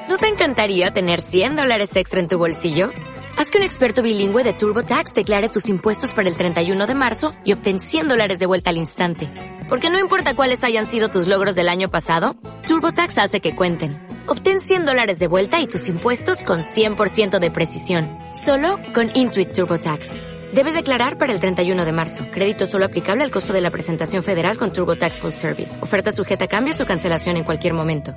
¿No te encantaría tener $100 extra en tu bolsillo? Haz que un experto bilingüe de TurboTax declare tus impuestos para el 31 de marzo y obtén $100 de vuelta al instante. Porque no importa cuáles hayan sido tus logros del año pasado, TurboTax hace que cuenten. Obtén $100 de vuelta y tus impuestos con 100% de precisión. Solo con Intuit TurboTax. Debes declarar para el 31 de marzo. Crédito solo aplicable al costo de la presentación federal con TurboTax Full Service. Oferta sujeta a cambios o cancelación en cualquier momento.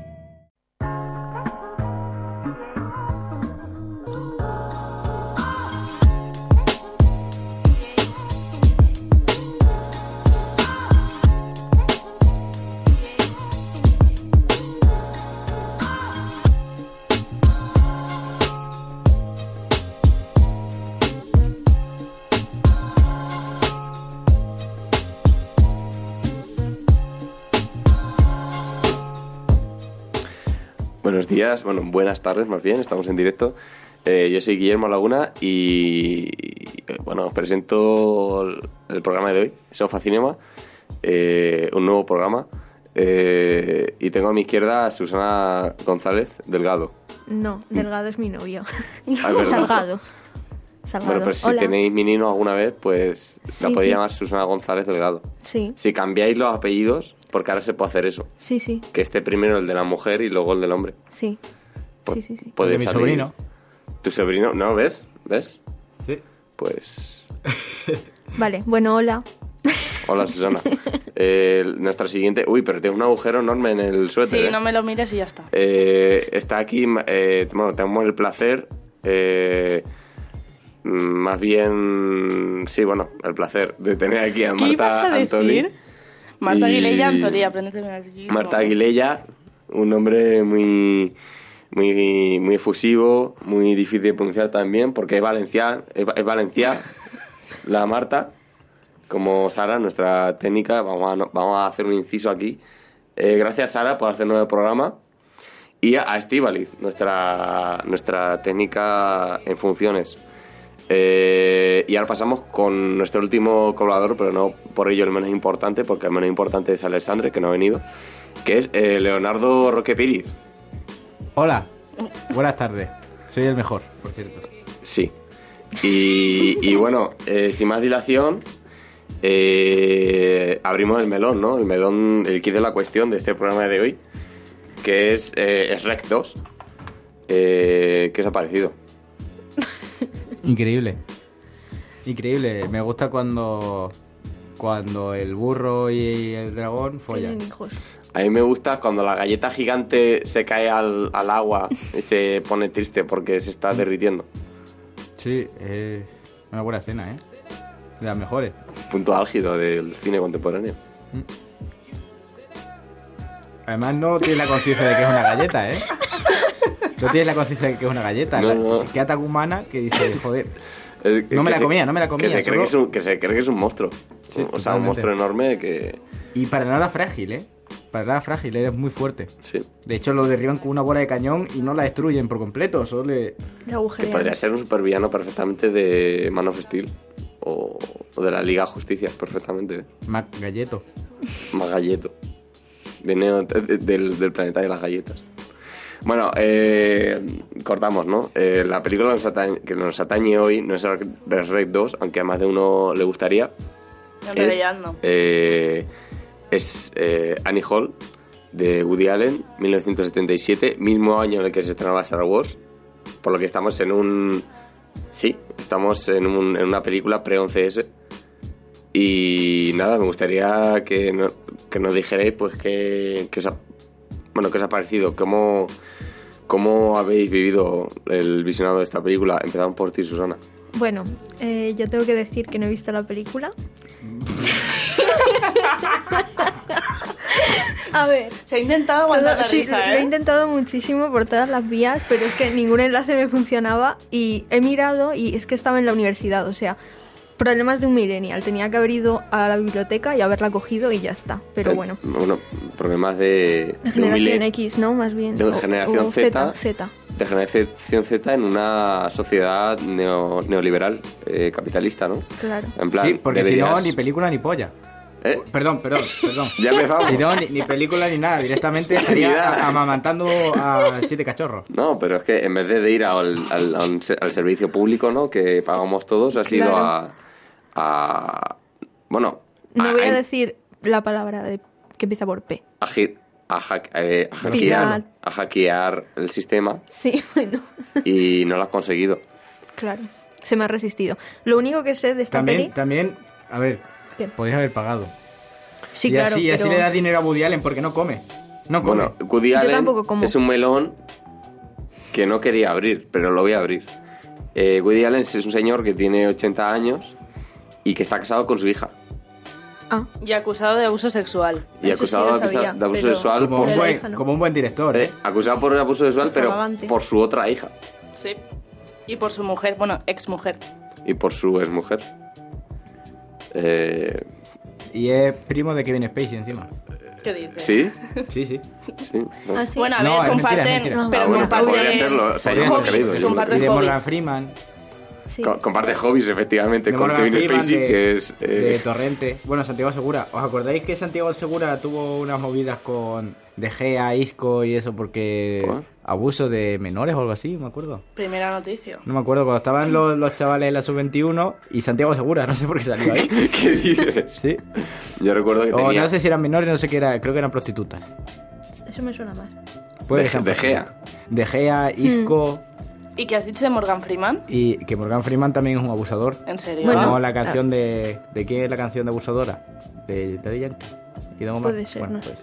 Buenos días, bueno, buenas tardes más bien, estamos en directo. Yo soy Guillermo Laguna y bueno, os presento el programa de hoy, Sofá Cinema, un nuevo programa. Y tengo a mi izquierda a Susana González Delgado. No, Delgado es mi novio. Salgado. Bueno, pues si Hola. tenéis mi nino alguna vez, pues Sí, la podéis sí. llamar Susana González Delgado. Sí, Si cambiáis los apellidos, porque ahora se puede hacer eso, sí, sí, que esté primero el de la mujer y luego el del hombre. sí. Pues Sí, sí, sí. puede De mi salir. sobrino. ¿Tu sobrino? ¿No? ¿Ves? Sí. Pues... Vale, bueno, hola. Hola, Susana. Nuestra siguiente... Uy, pero tiene un agujero enorme en el suéter. Sí, no me lo mires y ya está. Está aquí... bueno, tenemos el placer... más bien... Sí, bueno, el placer de tener aquí a ¿Qué ibas Marta a Antoli. decir? Marta Y- Aguilella Antolí, apréndeteme aquí. Marta Aguilella, un hombre muy efusivo, muy difícil de pronunciar también, porque es valenciana, la Marta, como Sara, nuestra técnica. Vamos a hacer un inciso aquí. Gracias, Sara, por hacernos el programa. Y a Estíbaliz, nuestra técnica en funciones. Y ahora pasamos con nuestro último colaborador, pero no por ello el menos importante, porque el menos importante es Alexandre, que no ha venido, que es Leonardo Roque Píriz. Hola, buenas tardes. Soy el mejor, por cierto. Sí. Y bueno, sin más dilación, abrimos el melón, ¿no? El melón, el kit de la cuestión de este programa de hoy, que es Shrek 2. ¿Qué os ha parecido? Increíble. Increíble. Me gusta cuando el burro y el dragón follan. Tienen hijos. A mí me gusta cuando la galleta gigante se cae al agua y se pone triste porque se está derritiendo. Sí, es una buena escena, ¿eh? De las mejores. Punto álgido del cine contemporáneo. Además no tienes la conciencia de que es una galleta, ¿eh? No tienes la conciencia de que es una galleta. No, La no. se queda tan humana que dice, joder, Que no me la se- comía. Que se cree que es un monstruo. Sí, O sea, un totalmente. monstruo enorme que... Y para nada frágil, ¿eh? Para nada frágil, eres muy fuerte. Sí. De hecho, lo derriban con una bola de cañón y no la destruyen por completo, solo le... De Que agujerear. podría ser un supervillano perfectamente de Man of Steel. O de la Liga de Justicia, perfectamente. Mac Galleto. Más galleto. Viene del planeta de las galletas. Bueno, cortamos, ¿no? La película que nos atañe hoy no es Shrek 2, aunque a más de uno le gustaría. No, en realidad no. Es Annie Hall, de Woody Allen, 1977, mismo año en el que se estrenaba Star Wars. Por lo que estamos en un... Sí, estamos en una película pre-11S. Y nada, me gustaría que nos dijerais pues qué os ha parecido, cómo habéis vivido el visionado de esta película. Empezamos por ti, Susana. Bueno, yo tengo que decir que no he visto la película. A ver, Se ha intentado aguantar la sí, risa, lo he intentado muchísimo por todas las vías, pero es que ningún enlace me funcionaba y he mirado y es que estaba en la universidad, o sea, problemas de un millennial. Tenía que haber ido a la biblioteca y haberla cogido y ya está, pero bueno. Bueno, problemas de De un generación milen- X, ¿no? Más bien. de generación o Z. Z. de generación Z en una sociedad neoliberal, capitalista, ¿no? Claro. En plan, Sí, porque si no, deberías- ni película ni polla. Perdón. Ya empezamos. Si no, ni película ni nada, directamente estaría amamantando a 7 cachorros. No, pero es que en vez de ir al servicio público, ¿no? Que pagamos todos, ha sido bueno... No voy a decir la palabra que empieza por P. A hackear el sistema. Sí, bueno. Y no lo has conseguido. Claro, se me ha resistido. Lo único que sé de esta peli... También, a ver, ¿Qué? podrías haber pagado. Sí, y claro, así pero... le das dinero a Woody Allen porque no come. No come. Bueno, Woody Allen tampoco como. es un melón que no quería abrir, pero lo voy a abrir. Woody Allen es un señor que tiene 80 años y que está casado con su hija. Ah, Y acusado de abuso sexual. Y Eso sí acusado lo sabía, de abuso pero- sexual como, Pero un la buen, hija no. como un buen director, ¿eh? acusado por abuso sexual, pero Extravagante. por su otra hija Sí. Y por su mujer, bueno, ex mujer. y por su exmujer. Y es primo de Kevin Spacey encima. ¿Qué dices? ¿Sí? Sí, sí. Sí. No. ah, sí. Bueno, a ver, No, es mentira, comparten, es mentira. pero Ah, bueno, comparten podría serlo. O sea, yo me lo he hobbies, creído. yo me lo he comparten Y de Morgan hobbies. Freeman. Sí. Comparte hobbies, efectivamente, De con Morgan Kevin Freeman, Spacey, que es... de Torrente. Bueno, Santiago Segura. ¿Os acordáis que Santiago Segura tuvo unas movidas con De Gea, Isco y eso porque ¿Por? abuso de menores o algo así? Me acuerdo. Primera noticia. No me acuerdo cuando estaban los chavales en la sub-21 y Santiago Segura, no sé por qué salió ahí. ¿Qué dices? Sí. Yo recuerdo que O tenía... no sé si eran menores, no sé qué era, creo que eran prostitutas. Eso me suena más. Puede que sean De Gea. prostitutas. De Gea, Isco ¿Y qué has dicho de Morgan Freeman? y que Morgan Freeman también es un abusador. ¿En serio? Bueno, Como la canción de... ¿De quién es la canción de abusadora? De Daddy Yankee. ¿Y de Omar? Puede ser, Bueno, no sé.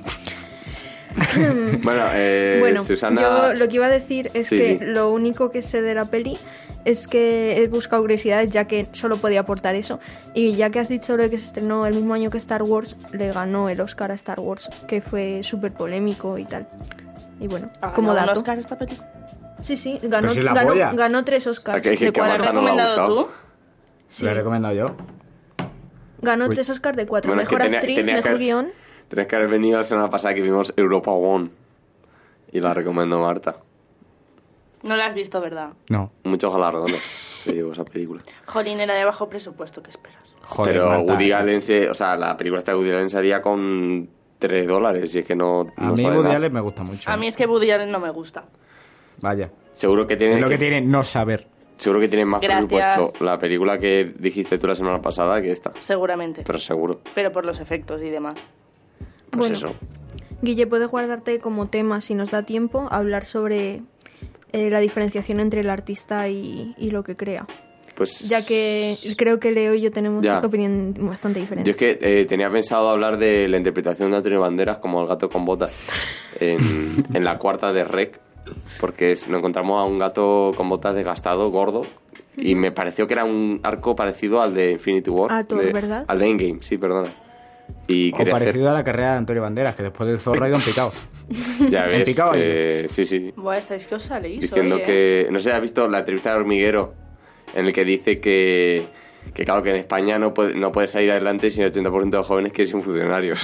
pues, Bueno, Bueno, Susana... yo lo que iba a decir es Sí, que sí. lo único que sé de la peli es que he buscado curiosidades ya que solo podía aportar eso. Y ya que has dicho lo de que se estrenó el mismo año que Star Wars, le ganó el Oscar a Star Wars, que fue súper polémico y tal. Y bueno, ¿Ha como ganado un dato. Oscar esta película? Sí, sí, ganó, si es la polla. ganó 3 Oscars ¿A qué- de qué 4. ¿Lo has Marta no le ha recomendado gustado? tú? Sí, lo he recomendado yo. ganó Uy. 3 Oscars de 4. Bueno, es que Mejor actriz, tenía mejor que- guión. Tenés que haber venido la semana pasada que vimos Europa One. Y la recomiendo Marta. No la has visto, ¿verdad? No. Muchos galardones se llevó esa película. Jolín, era de bajo presupuesto, ¿qué esperas? Joder, Pero Marta, Woody Allen o sea, la película esta de Woody Allen sería con $3 y es que no A mí sale Woody nada. Allen me gusta mucho. A mí es que Woody Allen no me gusta. Vaya. Seguro que Es tiene lo que tiene no saber. seguro que tiene más Gracias. presupuesto la película que dijiste tú la semana pasada que esta. Seguramente. Pero seguro. Pero por los efectos y demás. Pues Bueno. eso. Guille, puedes guardarte como tema, si nos da tiempo, hablar sobre la diferenciación entre el artista y lo que crea. Pues Ya que creo que Leo y yo tenemos Ya. una opinión bastante yo diferente. es que tenía pensado hablar de la interpretación de Antonio Banderas como el gato con botas en la cuarta de Rec, porque nos encontramos a un gato con botas desgastado, gordo, y me pareció que era un arco parecido al de Infinity War. A Thor, ¿verdad? Al de Endgame, sí, perdona. Y O quería parecido a la carrera de Antonio Banderas, que después del Zorro ha ido en picado. hacer, ya ves, picado ahí. sí, sí, Buah, estáis que os salís diciendo hoy, ¿eh? que, no sé, ¿has visto la entrevista de Hormiguero en el que dice que claro, que en España no puede salir adelante si el 80% de los jóvenes quieren ser funcionarios?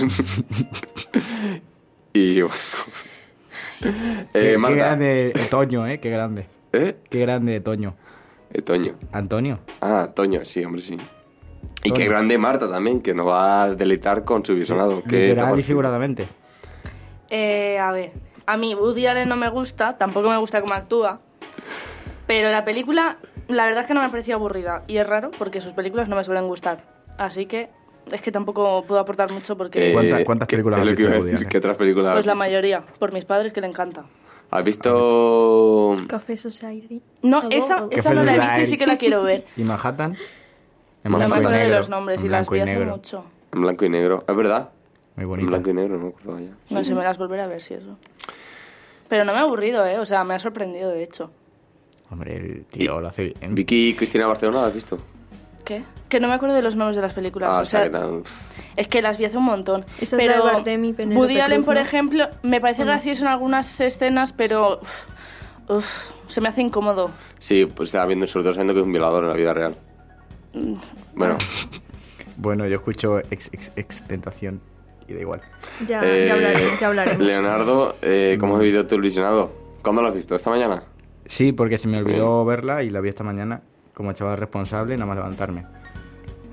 Y bueno. Qué Marta. grande Toño, Qué grande. ¿Eh? Qué grande Toño. Toño. Antonio. Ah, Toño, sí, hombre, sí. Y Toño. qué grande Marta también, que nos va a deleitar con su visionado. ¿Qué Literal te y parece? figuradamente. A ver, a mí Woody Allen no me gusta, tampoco me gusta cómo actúa, pero la película, la verdad es que no me pareció aburrida. Y es raro, porque sus películas no me suelen gustar. Así que es que tampoco puedo aportar mucho porque... ¿Cuántas ¿qué- películas es has lo que visto iba de a Woody decir? Allen? ¿Qué otras películas Pues has la visto? mayoría, por mis padres que le encanta. ¿Has visto Café Society. No, Algo, esa, algo. esa no la he visto y sí que la quiero ver. ¿Y Manhattan? En No me blanco y acuerdo de negro. los nombres En y las blanco vi y hace negro. mucho. en blanco y negro? ¿Es verdad? Muy En bonita. blanco y negro, no me acordaba ya. No sé, me las volveré a ver si eso. Pero no me ha aburrido, O sea, me ha sorprendido, de hecho. Hombre, el tío lo hace bien. Vicky y Cristina Barcelona, ¿la has visto? ¿Qué? Que no me acuerdo de los nombres de las películas. Ah, o sea, que tal. es que las vi hace un montón. Esa es la pero de Bardem y Penélope Woody Allen, Cruz, por ¿no? ejemplo, me parece ¿O no? gracioso en algunas escenas, pero se me hace incómodo. Sí, pues estaba viendo, sobre todo sabiendo que es un violador en la vida real. Bueno, Bueno, yo escucho ex tentación y da igual. Ya, eh, ya hablaremos. Leonardo, ¿cómo has visto tu visionado? ¿Cuándo lo has visto? ¿Esta mañana? Sí, porque se me olvidó verla y la vi esta mañana como chaval responsable, nada más levantarme.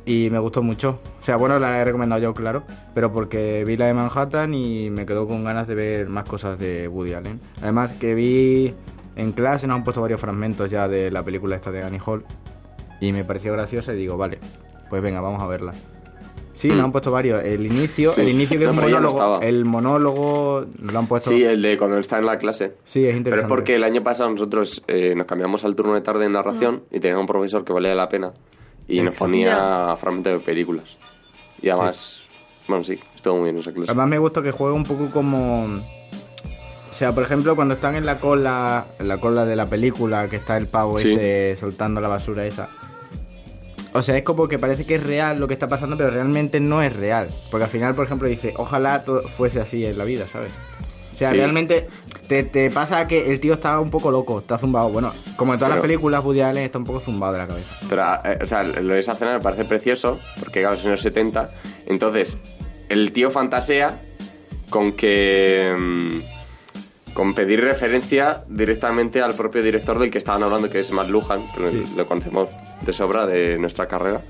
y me gustó mucho. O sea, bueno, la he recomendado yo, claro, pero porque vi la de Manhattan y me quedó con ganas de ver más cosas de Woody Allen. Además que vi en clase, nos han puesto varios fragmentos ya de la película esta de Annie Hall y me pareció graciosa y digo, vale, pues venga, vamos a verla. Sí, nos han puesto varios. El inicio que es un monólogo. El monólogo lo han puesto. Sí, el de cuando está en la clase. Sí, es interesante. Pero es porque el año pasado nosotros nos cambiamos al turno de tarde en narración y teníamos un profesor que valía la pena y nos ponía fragmentos de películas. Y además, bueno, sí, estuvo muy bien esa clase. Además me gusta que juegue un poco como... O sea, por ejemplo, cuando están en la cola de la película, que está el pavo ese soltando la basura esa. O sea, es como que parece que es real lo que está pasando, pero realmente no es real. Porque al final, por ejemplo, dice, ojalá todo fuese así en la vida, ¿sabes? O sea, realmente te pasa que el tío está un poco loco, está zumbado. Bueno, como en todas las películas, Woody Allen está un poco zumbado de la cabeza. Pero, o sea, lo de esa escena me parece precioso, porque claro, es en los 70. Entonces, el tío fantasea con que... con pedir referencia directamente al propio director del que estaban hablando, que es Matt Luhan, que lo conocemos de sobra de nuestra carrera.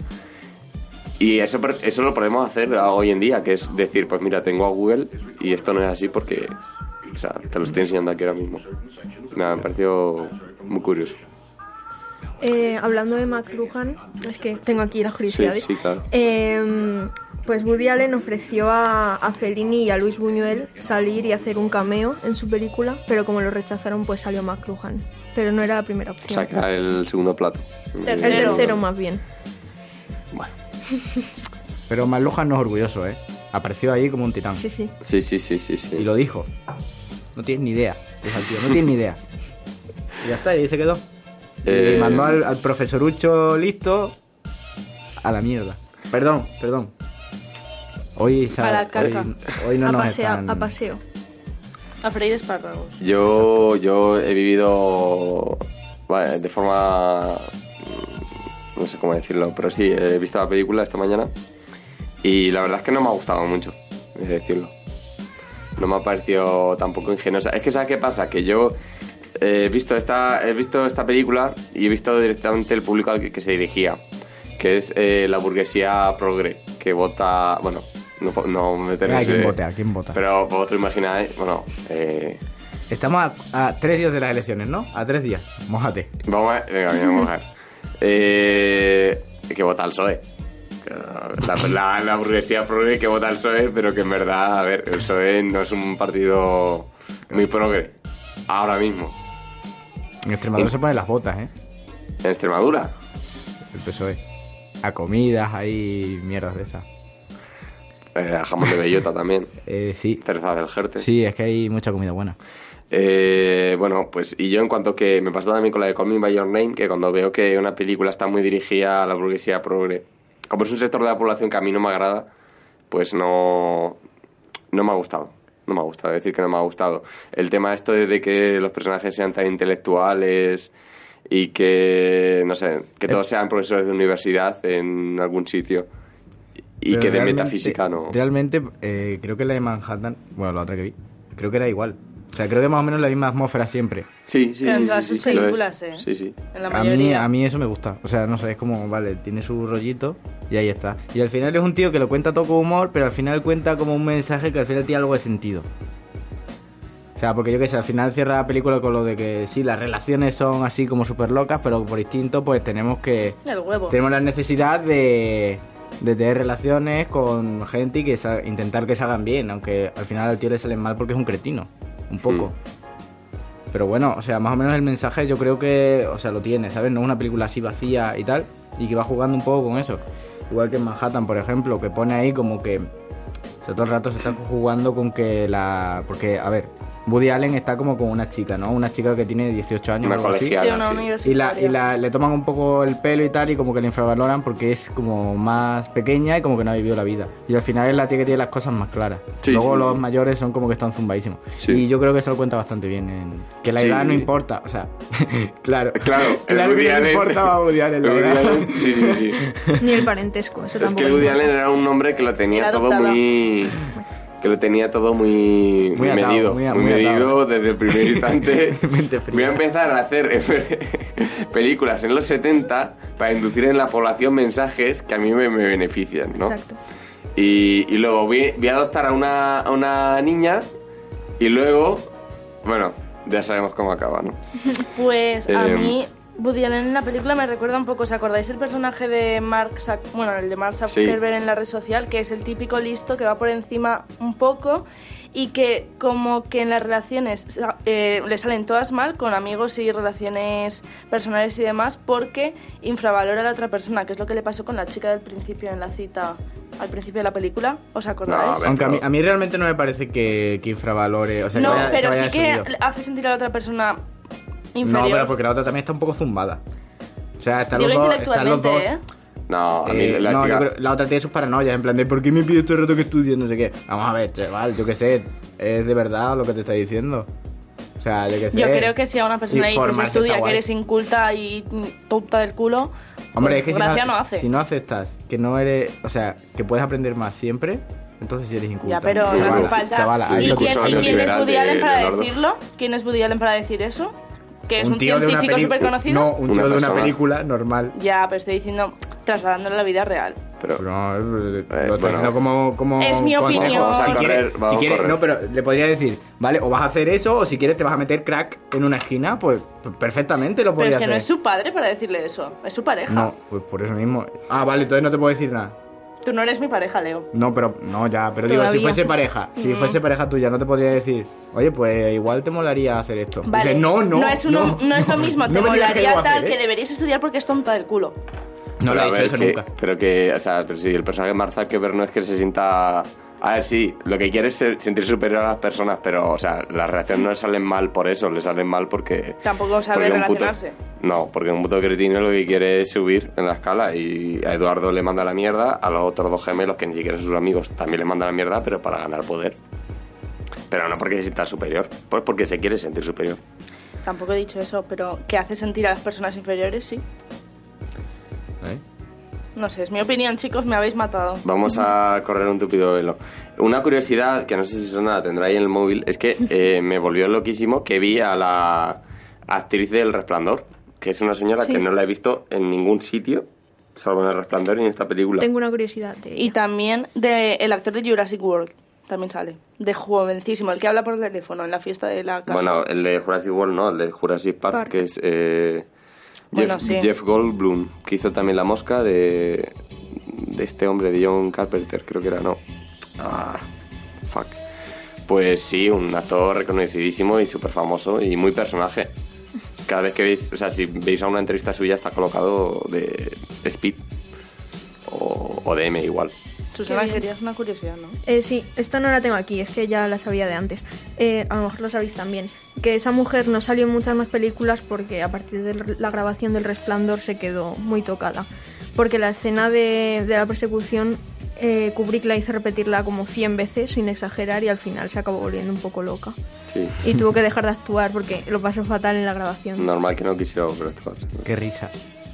Y eso lo podemos hacer hoy en día, que es decir, pues mira, tengo a Google y esto no es así porque, o sea, te lo estoy enseñando aquí ahora mismo. Nada, me pareció muy curioso. Hablando de Matt Luhan, es que tengo aquí las curiosidades. Sí, claro. Pues Woody Allen ofreció a Fellini y a Luis Buñuel salir y hacer un cameo en su película, pero como lo rechazaron, pues salió Matt Luhan. Pero no era la primera opción. O sea, que era el segundo plato. El tercero más bien. Bueno. Pero Matt Luhan no es orgulloso, ¿eh? Apareció ahí como un titán. Sí. Y lo dijo. No tienes ni idea. Dijo el tío, no tienes ni idea. Y ya está, y ahí se quedó. Y mandó al profesorucho listo a la mierda. Perdón. Hoy no nos están... A paseo. A freír espárragos. Yo he vivido de forma... no sé cómo decirlo, pero sí, he visto la película esta mañana y la verdad es que no me ha gustado mucho, es decirlo. No me ha parecido tampoco ingeniosa. Es que ¿sabes qué pasa? Que yo he visto esta película y he visto directamente el público al que se dirigía, que es la burguesía progre, que vota... Bueno, no meterme... ¿A quién vota? Pero vosotros imagináis, bueno... Estamos a 3 días de las elecciones, ¿no? A 3 días. Mójate. Vamos a mojar. Que vota al PSOE. La burguesía progre que vota al PSOE, pero que en verdad, a ver, el PSOE no es un partido muy progre. Ahora mismo. En Extremadura se ponen las botas, ¿eh? ¿En Extremadura? El PSOE. A comidas, hay mierdas de esas. A jamón de bellota también. Sí. Cereza del Jerte. Sí, es que hay mucha comida buena. Bueno, pues y yo en cuanto que me pasó también con la de Call Me By Your Name, que cuando veo que una película está muy dirigida a la burguesía progre, como es un sector de la población que a mí no me agrada, pues no me ha gustado. No me ha gustado, decir que no me ha gustado. El tema esto de que los personajes sean tan intelectuales y que, no sé, que todos sean profesores de universidad en algún sitio y que de metafísica no... Realmente, creo que la de Manhattan, bueno, la otra que vi, creo que era igual. O sea, creo que más o menos la misma atmósfera siempre. Sí. En todas sus películas, Sí. En la mayoría. A mí eso me gusta. O sea, no sé, es como, vale, tiene su rollito y ahí está. Y al final es un tío que lo cuenta todo con humor, pero al final cuenta como un mensaje que al final tiene algo de sentido. O sea, porque yo qué sé, al final cierra la película con lo de que sí, las relaciones son así como súper locas, pero por instinto pues tenemos la necesidad de tener relaciones con gente y que intentar que salgan bien, aunque al final al tío le salen mal porque es un cretino. Un poco. Pero bueno, o sea, más o menos el mensaje yo creo que, o sea, lo tiene, ¿sabes? No es una película así vacía y tal, y que va jugando un poco con eso. Igual que en Manhattan, por ejemplo, que pone ahí como que, o sea, todo el rato se está jugando con que porque, a ver, Woody Allen está como con una chica, ¿no? Una chica que tiene 18 años. Una colegiala, sí, una universitaria. Y le toman un poco el pelo y tal, y como que le infravaloran porque es como más pequeña y como que no ha vivido la vida. Y al final es la tía que tiene las cosas más claras. Sí, luego los mayores son como que están zumbadísimos. Sí. Y yo creo que se lo cuenta bastante bien. Que la edad no importa, o sea, claro que no importaba a Woody Allen, la verdad. Sí. Ni el parentesco, eso es tampoco. Es que Woody Allen era un hombre que lo tenía todo muy... que lo tenía todo muy Muy atado, medido. muy medido atado. desde el primer instante. Mente fría. Voy a empezar a hacer películas en los 70 para inducir en la población mensajes que a mí me benefician, ¿no? Exacto. Y luego voy a adoptar a una niña y luego, bueno, ya sabemos cómo acaba, ¿no? Pues a Eh, mí, Woody Allen en la película me recuerda un poco, ¿os acordáis el personaje de Mark el de Mark Zuckerberg en la red social, que es el típico listo que va por encima un poco y que como que en las relaciones le salen todas mal, con amigos y relaciones personales y demás, porque infravalora a la otra persona, que es lo que le pasó con la chica del principio en la cita al principio de la película, ¿os acordáis? No, a ver. Aunque a mí realmente no me parece que infravalore. O sea, No, que vaya- pero que sí vaya que subido. hace sentir a la otra persona inferior. No, pero porque la otra también está un poco zumbada. O sea, están Digo los dos. Están los dos. intelectualmente, No, a mí la no, chica... yo creo- la otra tiene sus paranoias, en plan de ¿por qué me pide todo el rato que estudie? No sé qué. Vamos a ver, chaval, yo qué sé, ¿es de verdad lo que te está diciendo? O sea, yo qué sé. Yo creo que si a una persona le dices Informarse está estudia que guay. eres inculta y tonta del culo, Hombre, pues es que gracia no hace. si no aceptas que no eres, o sea, que puedes aprender más siempre, entonces sí eres inculta. Ya, pero no Chavala, hace falta. chavala, ahí ¿Y lo quién, tienes. y quién es liberal Woody de Allen para Leonardo. decirlo? ¿Quién es Woody Allen para decir eso? ¿Que es un tío de una científico súper conocido? No, un Una tío de una persona. película normal. Ya, pero estoy diciendo, trasladándolo a la vida real. Pero, Pero no, lo estoy bueno. diciendo como Es mi consejo. opinión. Vamos a Si correr, quieres- vamos a si quieres- correr. no, pero le podría decir, vale, o vas a hacer eso, o si quieres te vas a meter crack en una esquina, pues perfectamente lo Pero podría es que hacer. no es su padre para decirle eso, es su pareja. No, pues por eso mismo. Ah, vale, entonces no te puedo decir nada. Tú no eres mi pareja, Leo. No, pero no, ya, pero digo, si Todavía. fuese pareja, si fuese pareja tuya, no te podría decir, oye, pues igual te molaría hacer esto. Vale, Dices, no, no es lo mismo, te no me digas que molaría debo tal hacer, que ¿eh? deberías estudiar porque es tonta del culo. No pero lo a he dicho ver, eso que- nunca. Pero que, o sea, pero sí, el personaje de Mark Zuckerberg no es que se sienta... A ver, sí, lo que quiere es sentirse superior a las personas, pero, o sea, las reacciones no le salen mal por eso, le salen mal porque... Tampoco sabe porque un puto- relacionarse. no, porque un puto cretino lo que quiere es subir en la escala y a Eduardo le manda la mierda, a los otros dos gemelos que ni siquiera son sus amigos también le manda la mierda, pero para ganar poder. Pero no porque se sienta superior, pues porque se quiere sentir superior. Tampoco he dicho eso, pero que hace sentir a las personas inferiores, sí. ¿Eh? No sé, es mi opinión, chicos, me habéis matado. Vamos a correr un tupido velo. Una curiosidad, que no sé si suena, la tendrá ahí en el móvil, es que me volvió loquísimo que vi a la actriz del Resplandor, que es una señora Sí. que no la he visto en ningún sitio, salvo en el Resplandor y en esta película. Tengo una curiosidad de Y también el actor de Jurassic World, también sale. De jovencísimo, el que habla por teléfono en la fiesta de la casa. Bueno, el de Jurassic World no, el de Jurassic Park, Park. que es Bueno, sí. Jeff Goldblum, que hizo también La Mosca de este hombre, de John Carpenter, creo que era, no. Fuck. Pues sí, un actor reconocidísimo y súper famoso y muy personaje. Cada vez que veis, o sea, si veis a una entrevista suya está colocado de Speed o de M igual. Susana, Qué bien. querías una curiosidad, ¿no? Sí, esta no la tengo aquí, es que ya la sabía de antes. A lo mejor lo sabéis también. Que esa mujer no salió en muchas más películas porque a partir de la grabación del Resplandor se quedó muy tocada. Porque la escena de la persecución, Kubrick la hizo repetirla como 100 veces, sin exagerar, y al final se acabó volviendo un poco loca. Sí. Y tuvo que dejar de actuar porque lo pasó fatal en la grabación. Normal que no quisiera volver a actuar. Qué risa.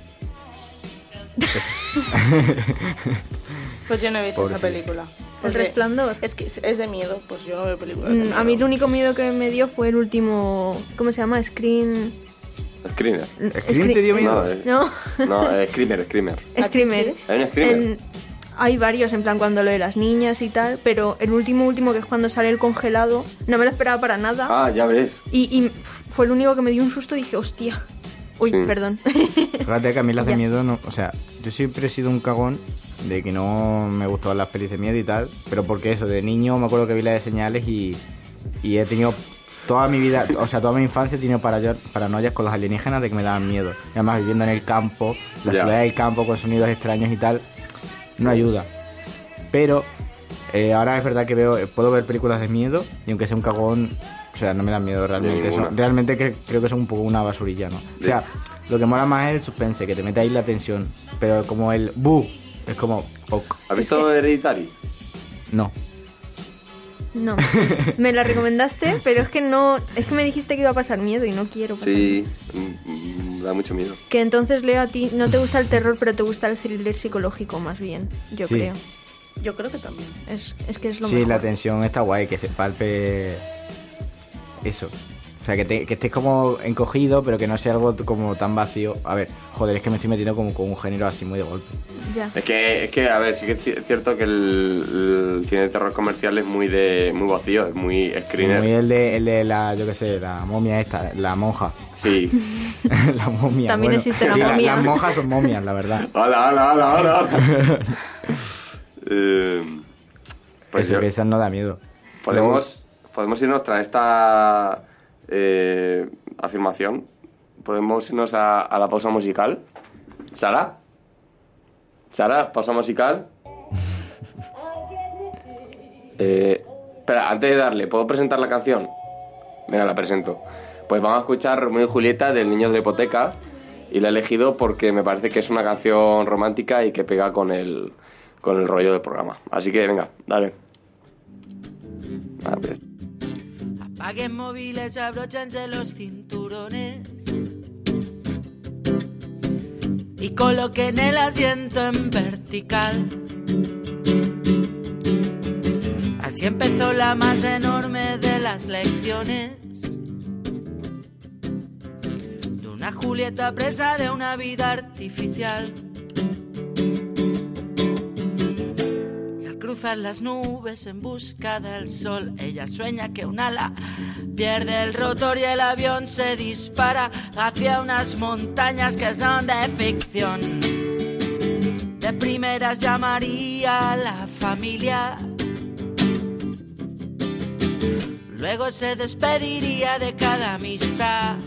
Pues yo no he visto esa Pobrecilla. película. El Porque Resplandor. Es que es de miedo, pues yo no veo películas de miedo. A mí lo único miedo que me dio fue el último... ¿Cómo se llama? Screamer. ¿Scream te dio miedo? No, No. no, Screamer. Screamer. ¿Hay un Screamer? Hay varios, en plan cuando lo de las niñas y tal, pero el último que es cuando sale el congelado, no me lo esperaba para nada. Ah, ya ves. Y fue el único que me dio un susto y dije, hostia. Uy, Sí. perdón. Fíjate que a mí las de Ya. miedo no... O sea, yo siempre he sido un cagón de que no me gustaban las pelis de miedo y tal, pero porque eso, de niño me acuerdo que vi la de Señales y he tenido toda mi vida, o sea, toda mi infancia he tenido paranoias con los alienígenas de que me daban miedo. Y además viviendo en el campo, la Ya. soledad del campo con sonidos extraños y tal, no ayuda. Pero ahora es verdad que puedo ver películas de miedo y aunque sea un cagón, o sea, no me dan miedo realmente. Ninguna. Realmente creo que son un poco una basurilla, ¿no? O sea, lo que mola más es el suspense, que te mete ahí la tensión. Pero como el bu, es como... ok. ¿Has visto Hereditary? No. No. Me la recomendaste, pero es que no. Es que me dijiste que iba a pasar miedo y no quiero pasar miedo. Sí, da mucho miedo. Que entonces, Leo, a ti no te gusta el terror, pero te gusta el thriller psicológico más bien, yo Sí. creo. Yo creo que también. Es que es lo Sí, mejor. la tensión está guay, que se palpe eso. O sea, que estés como encogido, pero que no sea algo como tan vacío. A ver, joder, es que me estoy metiendo como con un género así muy de golpe. Ya. Es que, a ver, sí que es cierto que el cine de terror comercial es muy vacío, es muy screener. Muy el de la, yo qué sé, la momia esta, la monja. Sí. La momia. También existe la sí, momia. Las monjas son momias, la verdad. ¡Hola! Pues Eso que esas no da miedo. podemos irnos tras esta afirmación. Podemos irnos a la pausa musical. ¿Sara? ¿Sara? ¿Pausa musical? Espera, antes de darle, ¿puedo presentar la canción? Venga, la presento. Pues vamos a escuchar Romeo y Julieta del Niño de la Hipoteca. Y la he elegido porque me parece que es una canción romántica y que pega con el rollo del programa. Así que venga, dale. A ver. Apaguen móviles, abróchense los cinturones y coloquen el asiento en vertical. Así empezó la más enorme de las lecciones de una Julieta presa de una vida artificial. Cruzar las nubes en busca del sol, ella sueña que un ala pierde el rotor y el avión se dispara hacia unas montañas que son de ficción. De primeras llamaría a la familia, luego se despediría de cada amistad,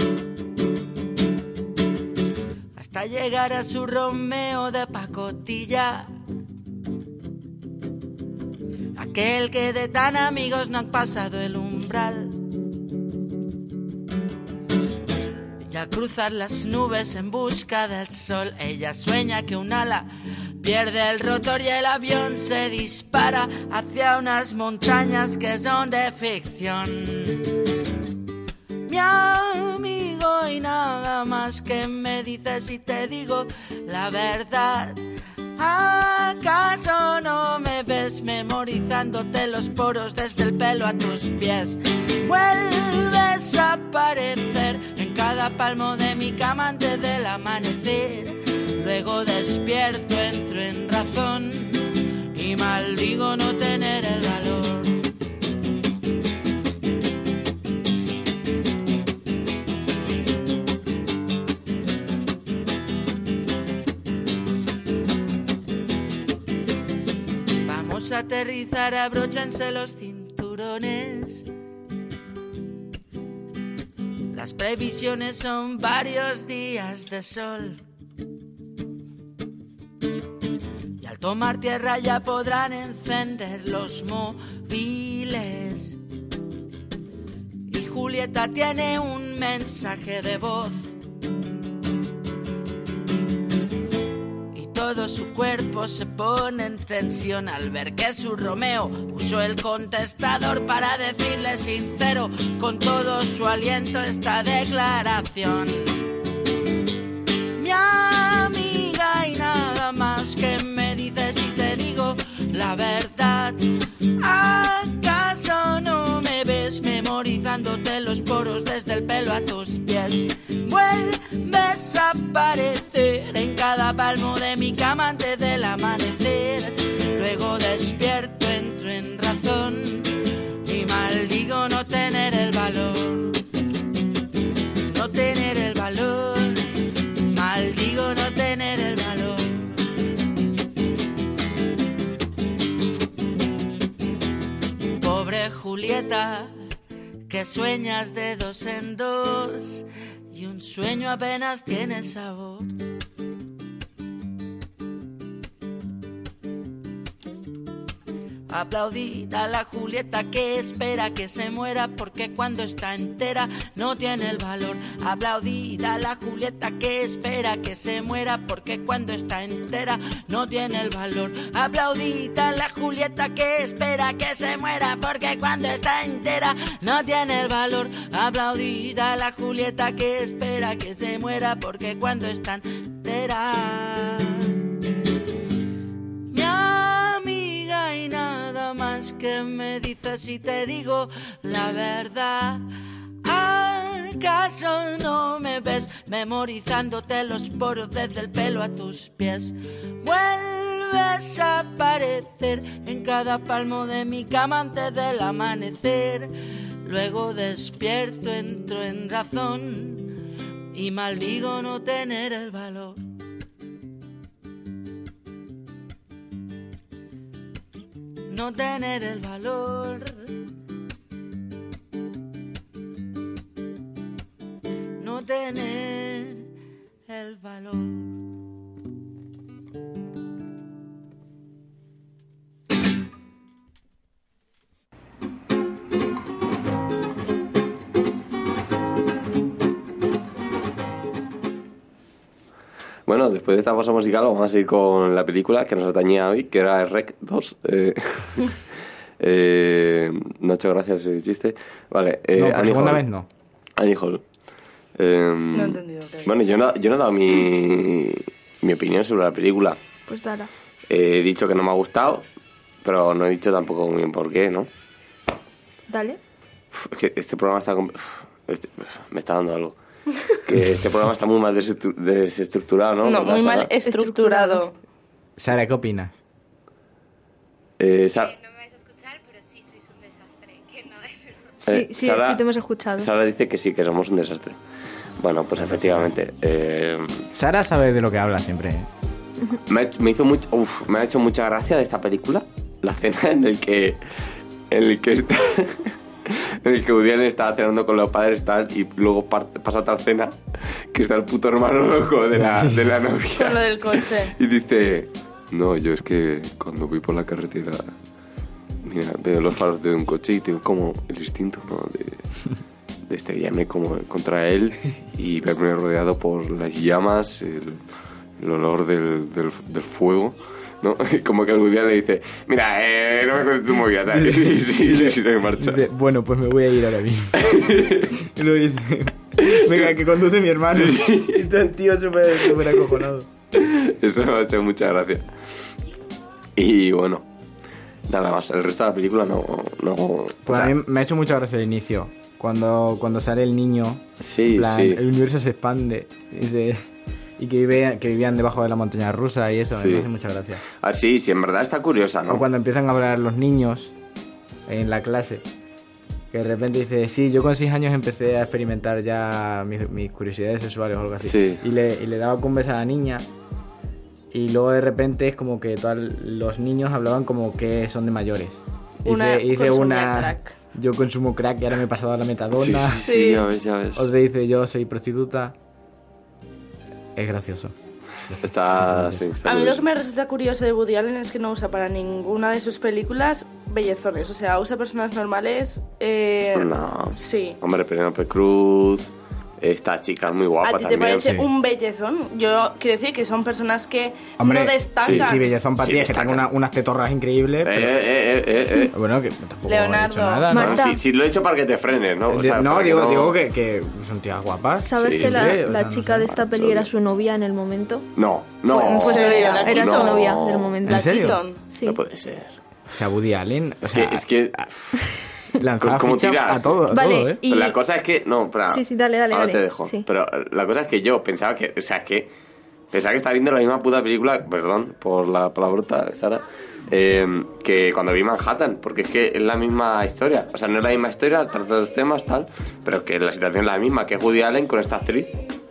hasta llegar a su Romeo de pacotilla, aquel que de tan amigos no han pasado el umbral. Y al cruzar las nubes en busca del sol, ella sueña que un ala pierde el rotor y el avión se dispara hacia unas montañas que son de ficción. Mi amigo, y nada más que me dices si te digo la verdad. ¿Acaso no me ves memorizándote los poros desde el pelo a tus pies? Vuelves a aparecer en cada palmo de mi cama antes del amanecer. Luego despierto, entro en razón y maldigo no tener el valor. Vamos a aterrizar, abróchense los cinturones. Las previsiones son varios días de sol. Y al tomar tierra ya podrán encender los móviles. Y Julieta tiene un mensaje de voz. Todo su cuerpo se pone en tensión al ver que su Romeo usó el contestador para decirle sincero con todo su aliento esta declaración. Mi amiga, y nada más que me dices si te digo la verdad. ¿Acaso no me ves memorizándote los poros desde el pelo a tus pies? Vuelves a aparecer en cada palmo de mi cama antes del amanecer. Luego despierto, entro en razón y maldigo no tener el valor. No tener el valor, maldigo no tener el valor. Pobre Julieta, que sueñas de dos en dos y un sueño apenas tiene sabor. Aplaudid a la Julieta que espera que se muera porque cuando está entera no tiene el valor. Aplaudid a la Julieta que espera que se muera porque cuando está entera no tiene el valor. Aplaudid a la Julieta que espera que se muera porque cuando está entera no tiene el valor. Aplaudid a la Julieta que espera que se muera porque cuando está entera. Mi amigo ¿qué me dices si te digo la verdad? ¿Acaso no me ves memorizándote los poros desde el pelo a tus pies? Vuelves a aparecer en cada palmo de mi cama antes del amanecer. Luego despierto, entro en razón y maldigo no tener el valor. No tener el valor. No tener el valor. Bueno, después de esta pausa musical vamos a seguir con la película que nos atañía hoy, que era Rec 2. No he hecho gracias ese chiste. Vale, No, por Annie segunda Hall. vez no. Annie Hall. No he entendido. Bueno, yo no he dado mi opinión sobre la película. Pues dala. He dicho que no me ha gustado, pero no he dicho tampoco muy bien por qué, ¿no? Dale. Es que este programa está... me está dando algo. Que este programa está muy mal desestructurado, ¿no? No, muy mal estructurado. Sara, ¿qué opinas? Sara, No me vais a escuchar, pero sí sois un desastre. Que no es eso. Sí, sí, Sara- sí te hemos escuchado. Sara dice que sí, que somos un desastre. Bueno, pues efectivamente. Sara sabe de lo que habla siempre, ¿eh? Me ha hecho mucha gracia de esta película la cena en el que está, en el que Woody Allen está cenando con los padres tal, y luego pasa otra cena que está el puto hermano loco de la novia Con lo del coche. y dice: no, yo es que cuando voy por la carretera, mira, veo los faros de un coche y tengo como el instinto, ¿no? de estrellarme como contra él y verme rodeado por las llamas, el olor del fuego, ¿no? Y como que el Woody Allen le dice: mira, no me cuentes tu movida, tal. Sí, no hay marcha. Dice, bueno, pues me voy a ir ahora mismo. Y luego dice, venga, que conduce mi hermano. Y está el tío súper acojonado. Eso me ha hecho mucha gracia. Y bueno, nada más. El resto de la película no Pues o sea, a mí me ha hecho mucha gracia el inicio. Cuando sale el niño, Sí, en plan, sí. el universo se expande. Y que vivían debajo de la montaña rusa y eso, Sí. me hace mucha gracia. a ver, sí, en verdad está curiosa, ¿no? O cuando empiezan a hablar los niños en la clase, que de repente dice, sí, yo con 6 años empecé a experimentar ya mis curiosidades sexuales o algo así. Sí. Y le daba con beso a la niña, y luego de repente es como que todos los niños hablaban como que son de mayores. Hice consumía una... crack. Yo consumo crack y ahora me he pasado a la Sí, metadona. sí, sí, ya ves. Otra dice, yo soy prostituta. Es gracioso. Está A mí lo curioso. que me resulta curioso de Woody Allen es que no usa para ninguna de sus películas bellezones. O sea, usa personas normales. No. Sí. Hombre, Penélope Cruz. Esta chica es muy guapa ¿A ti te también. parece sí. un bellezón? Yo quiero decir que son personas que Hombre, no destacan. Sí, bellezón para Sí, ti es que tengo destaca. unas tetorras increíbles. Pero... Bueno, que tampoco Leonardo. he dicho nada, ¿no? Marta. Sí, lo he hecho para que te frenes, ¿no? O sea, No, para que digo que son tías guapas. ¿Sabes Sí, que la, sí, o sea, la no chica sé, de esta peli era su novia en el momento? No. Pues lo era no. su novia del momento. ¿En serio? Keaton. Sí. No puede ser. O sea, Woody Allen, o Es sea, que lanzaba ¿cómo ficha tira? a todo, Vale, todo, ¿eh? y- La cosa es que... No, espera. Sí, sí, dale, Ahora dale. te dejo. Sí. Pero la cosa es que yo pensaba que... O sea, que... Pensaba que estaba viendo la misma puta película... Perdón por la palabrota, Sara. Que cuando vi Manhattan. Porque es que es la misma historia. O sea, no es la misma historia, trata los temas, tal. Pero que la situación es la misma. Que es Woody Allen con esta actriz.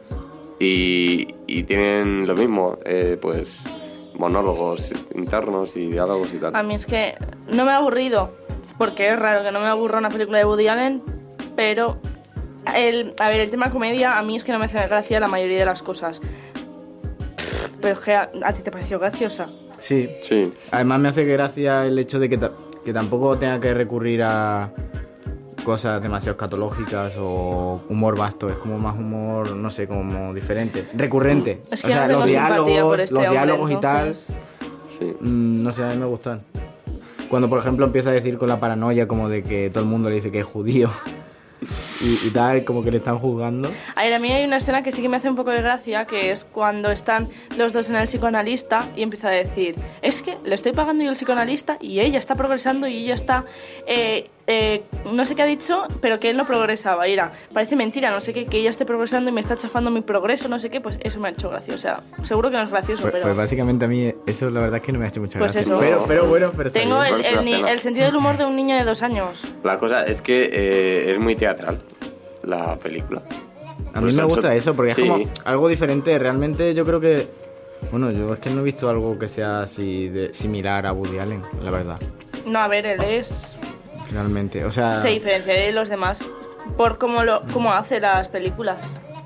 Y tienen lo mismo. Pues... monólogos internos y diálogos y tal. A mí es que no me ha aburrido, porque es raro que no me aburra una película de Woody Allen, pero el tema comedia a mí es que no me hace gracia la mayoría de las cosas. Pero es que a ti te pareció graciosa. Sí. Sí. Además me hace gracia el hecho de que tampoco tenga que recurrir a cosas demasiado escatológicas o humor vasto. Es como más humor, no sé, como diferente. Recurrente. Es que o sea, no tengo los simpatía diálogos, por este los hombre, diálogos y tal, entonces. Sí. no sé, a mí me gustan. Cuando, por ejemplo, empieza a decir con la paranoia como de que todo el mundo le dice que es judío. y tal, como que le están juzgando. A ver, a mí hay una escena que sí que me hace un poco de gracia, que es cuando están los dos en el psicoanalista y empieza a decir, es que le estoy pagando yo al psicoanalista y ella está progresando y ella está... no sé qué ha dicho, pero que él no progresaba. Y era, parece mentira, no sé qué, que ella esté progresando y me está chafando mi progreso, no sé qué, pues eso me ha hecho gracia. O sea, seguro que no es gracioso, pero... Pues básicamente a mí eso la verdad es que no me ha hecho mucha Pues gracia. eso. Pero bueno, pero está Tengo bien. el sentido del humor de un niño de 2 años. La cosa es que es muy teatral la película. A mí me gusta eso, porque es Sí. como algo diferente. Realmente yo creo que... Bueno, yo es que no he visto algo que sea así similar a Woody Allen, la verdad. No, a ver, él es... Realmente, o sea... Se diferencia de los demás por cómo hace las películas.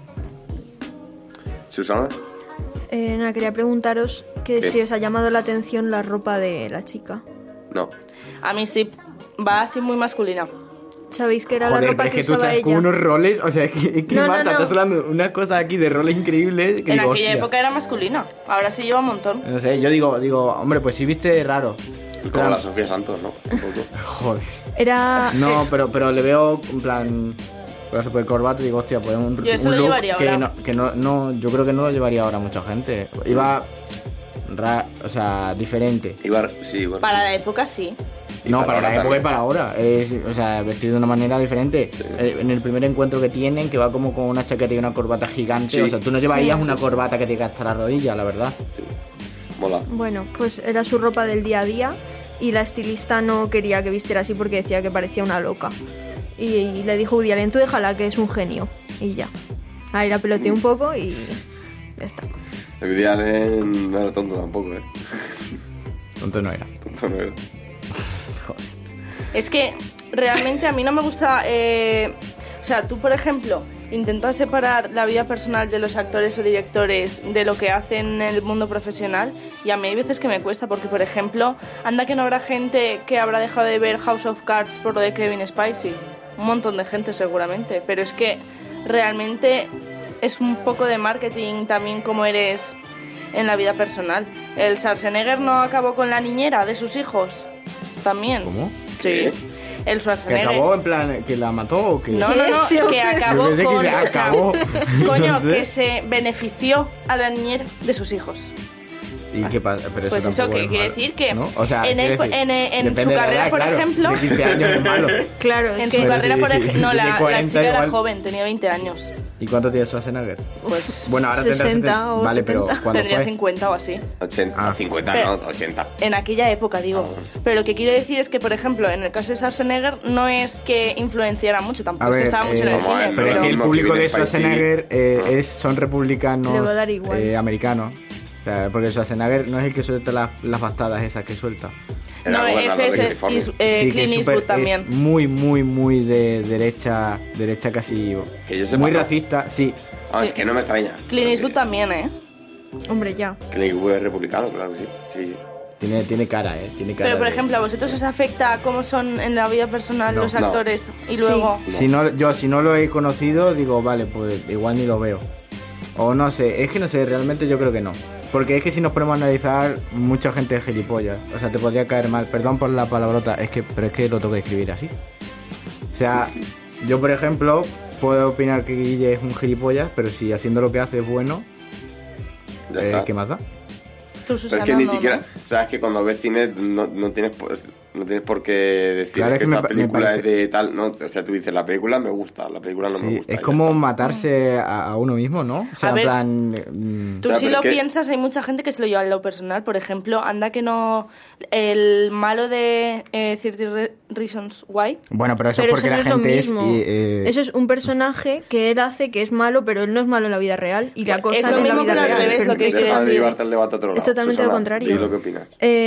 ¿Susana? Nada, quería preguntaros que ¿Qué? si os ha llamado la atención la ropa de la chica. No. A mí sí, va así muy masculina. ¿Sabéis que era Joder, la ropa pero es que que tú usaba estás con ella? unos roles, o sea, es que No, no, Marta, no. estás hablando de unas cosas aquí de roles increíbles que En digo, aquella hostia. época era masculina, ahora sí lleva un montón. No sé, yo digo, hombre, pues sí viste raro. Como Pero- la Sofía Santos, ¿no? Un poco. Joder. Era... No, pero le veo en plan con la super corbata y digo, hostia, pues un Yo eso un lo look llevaría que, ahora. no, yo creo que no lo llevaría ahora mucha gente. Iba o sea, diferente. Sí, bueno. Para la época sí. Y No, para para la ahora época y también. para ahora. O sea, vestido de una manera diferente. En el primer encuentro que tienen, que va como con una chaqueta y una corbata gigante. Sí. O sea, tú no llevarías una corbata que te llega hasta la rodilla, la verdad. Mola. Bueno, pues era su ropa del día a día y la estilista no quería que vistiera así porque decía que parecía una loca. Y le dijo Woody Allen, tú déjala que es un genio. Y ya. Ahí la peloteé un poco y ya está. El Woody Allen no era tonto tampoco, ¿eh? Tonto no era. Tonto no era. Es que realmente a mí no me gusta... o sea, tú, por ejemplo, intentas separar la vida personal de los actores o directores de lo que hacen en el mundo profesional y a mí hay veces que me cuesta porque, por ejemplo, anda que no habrá gente que habrá dejado de ver House of Cards por lo de Kevin Spacey. Un montón de gente seguramente, pero es que realmente es un poco de marketing también como eres en la vida personal. El Schwarzenegger no acabó con la niñera de sus hijos también. ¿Cómo? Sí. El ¿Que Schwarzenegger. acabó en plan que la mató o que...? No, Sí, que hombre. acabó Yo pensé que con... se o sea, acabó. coño, No sé. que se benefició a la niñera de sus hijos. ¿Y qué pasa? Pero Pues eso tampoco que es quiere malo, decir que ¿no? O sea, en quiero el- decir, en depende su de la carrera, edad, por claro. ejemplo- De 15 años es malo. Claro, es En que... su carrera, sí, por sí, ejemplo... No, si tiene la 40 chica era igual. joven, tenía 20 años. ¿Y cuánto tiene Schwarzenegger? Pues Bueno, ahora 60 tendrá o Vale, 70. pero ¿cuándo tendría fue? 50 o así. 80, Ah. 50, Pero- no, 80. En aquella época, digo. Pero lo que quiero decir es que, por ejemplo, en el caso de Schwarzenegger, no es que influenciara mucho, tampoco A es que ver, estaba mucho en el vamos a cine. ver, Pero es lo que el mismo público Kevin de Spacey. Schwarzenegger son republicanos Le va a dar igual. americanos. O sea, porque Schwarzenegger no es el que suelta las bastadas esas que suelta. No, Era gobernador ese de es California. Sí, Clint que es, Eastwood también. es muy de derecha casi... Que yo sepa, muy no. racista, sí. Ah, es que no me extraña. Clint Eastwood también, ¿eh? Hombre, ya. Clint Eastwood es republicano, claro que sí. Sí. Tiene cara, Tiene cara Pero, por de- ejemplo, ¿a vosotros os afecta cómo son en la vida personal No, los no. actores? Y Sí. luego... Si no lo he conocido, digo, vale, pues igual ni lo veo. O no sé, es que no sé, realmente yo creo que no. Porque es que si nos ponemos a analizar, mucha gente es gilipollas. O sea, te podría caer mal. Perdón por la palabrota, pero es que lo tengo que escribir así. O sea, yo por ejemplo, puedo opinar que Guille es un gilipollas, pero si haciendo lo que hace es bueno, Ya está. ¿qué más da? Tú, Pero Susana, es que ni no, siquiera, ¿no? o sea, es que cuando ves cine no tienes por qué decir Claro, es que que esta me película parece- es de tal, no, o sea, tú dices, la película me gusta, la película no me Sí, gusta. es y ya como está. matarse a uno mismo, ¿no? O sea, A en ver, plan... Tú O sea, si pero lo es que- piensas, hay mucha gente que se lo lleva en lo personal. Por ejemplo, anda que no... El malo de 30 Reasons Why. Bueno, pero eso Pero es porque eso no la es lo gente mismo. Eso es un personaje que él hace que es malo, pero él no es malo en la vida real. Y le Es acosan lo en la mismo, vida pero al real. revés, Pero lo que es quiere Deja de decir- llevarte el debate a otro lado. Es totalmente lo Susana, contrario. di lo que opinas.